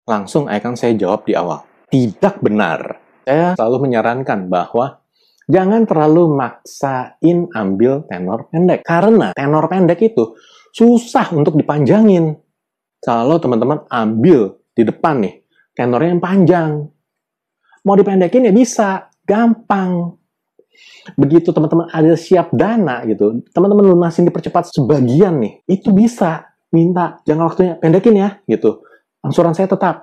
Langsung akan saya jawab di awal. Tidak benar. Saya selalu menyarankan bahwa jangan terlalu maksain ambil tenor pendek. Karena tenor pendek itu susah untuk dipanjangin. Kalau teman-teman ambil di depan nih, tenornya yang panjang. Mau dipendekin ya bisa, gampang. Begitu teman-teman ada siap dana gitu, teman-teman lunasin dipercepat sebagian nih, itu bisa minta, jangan waktunya pendekin ya, gitu. Angsuran saya tetap.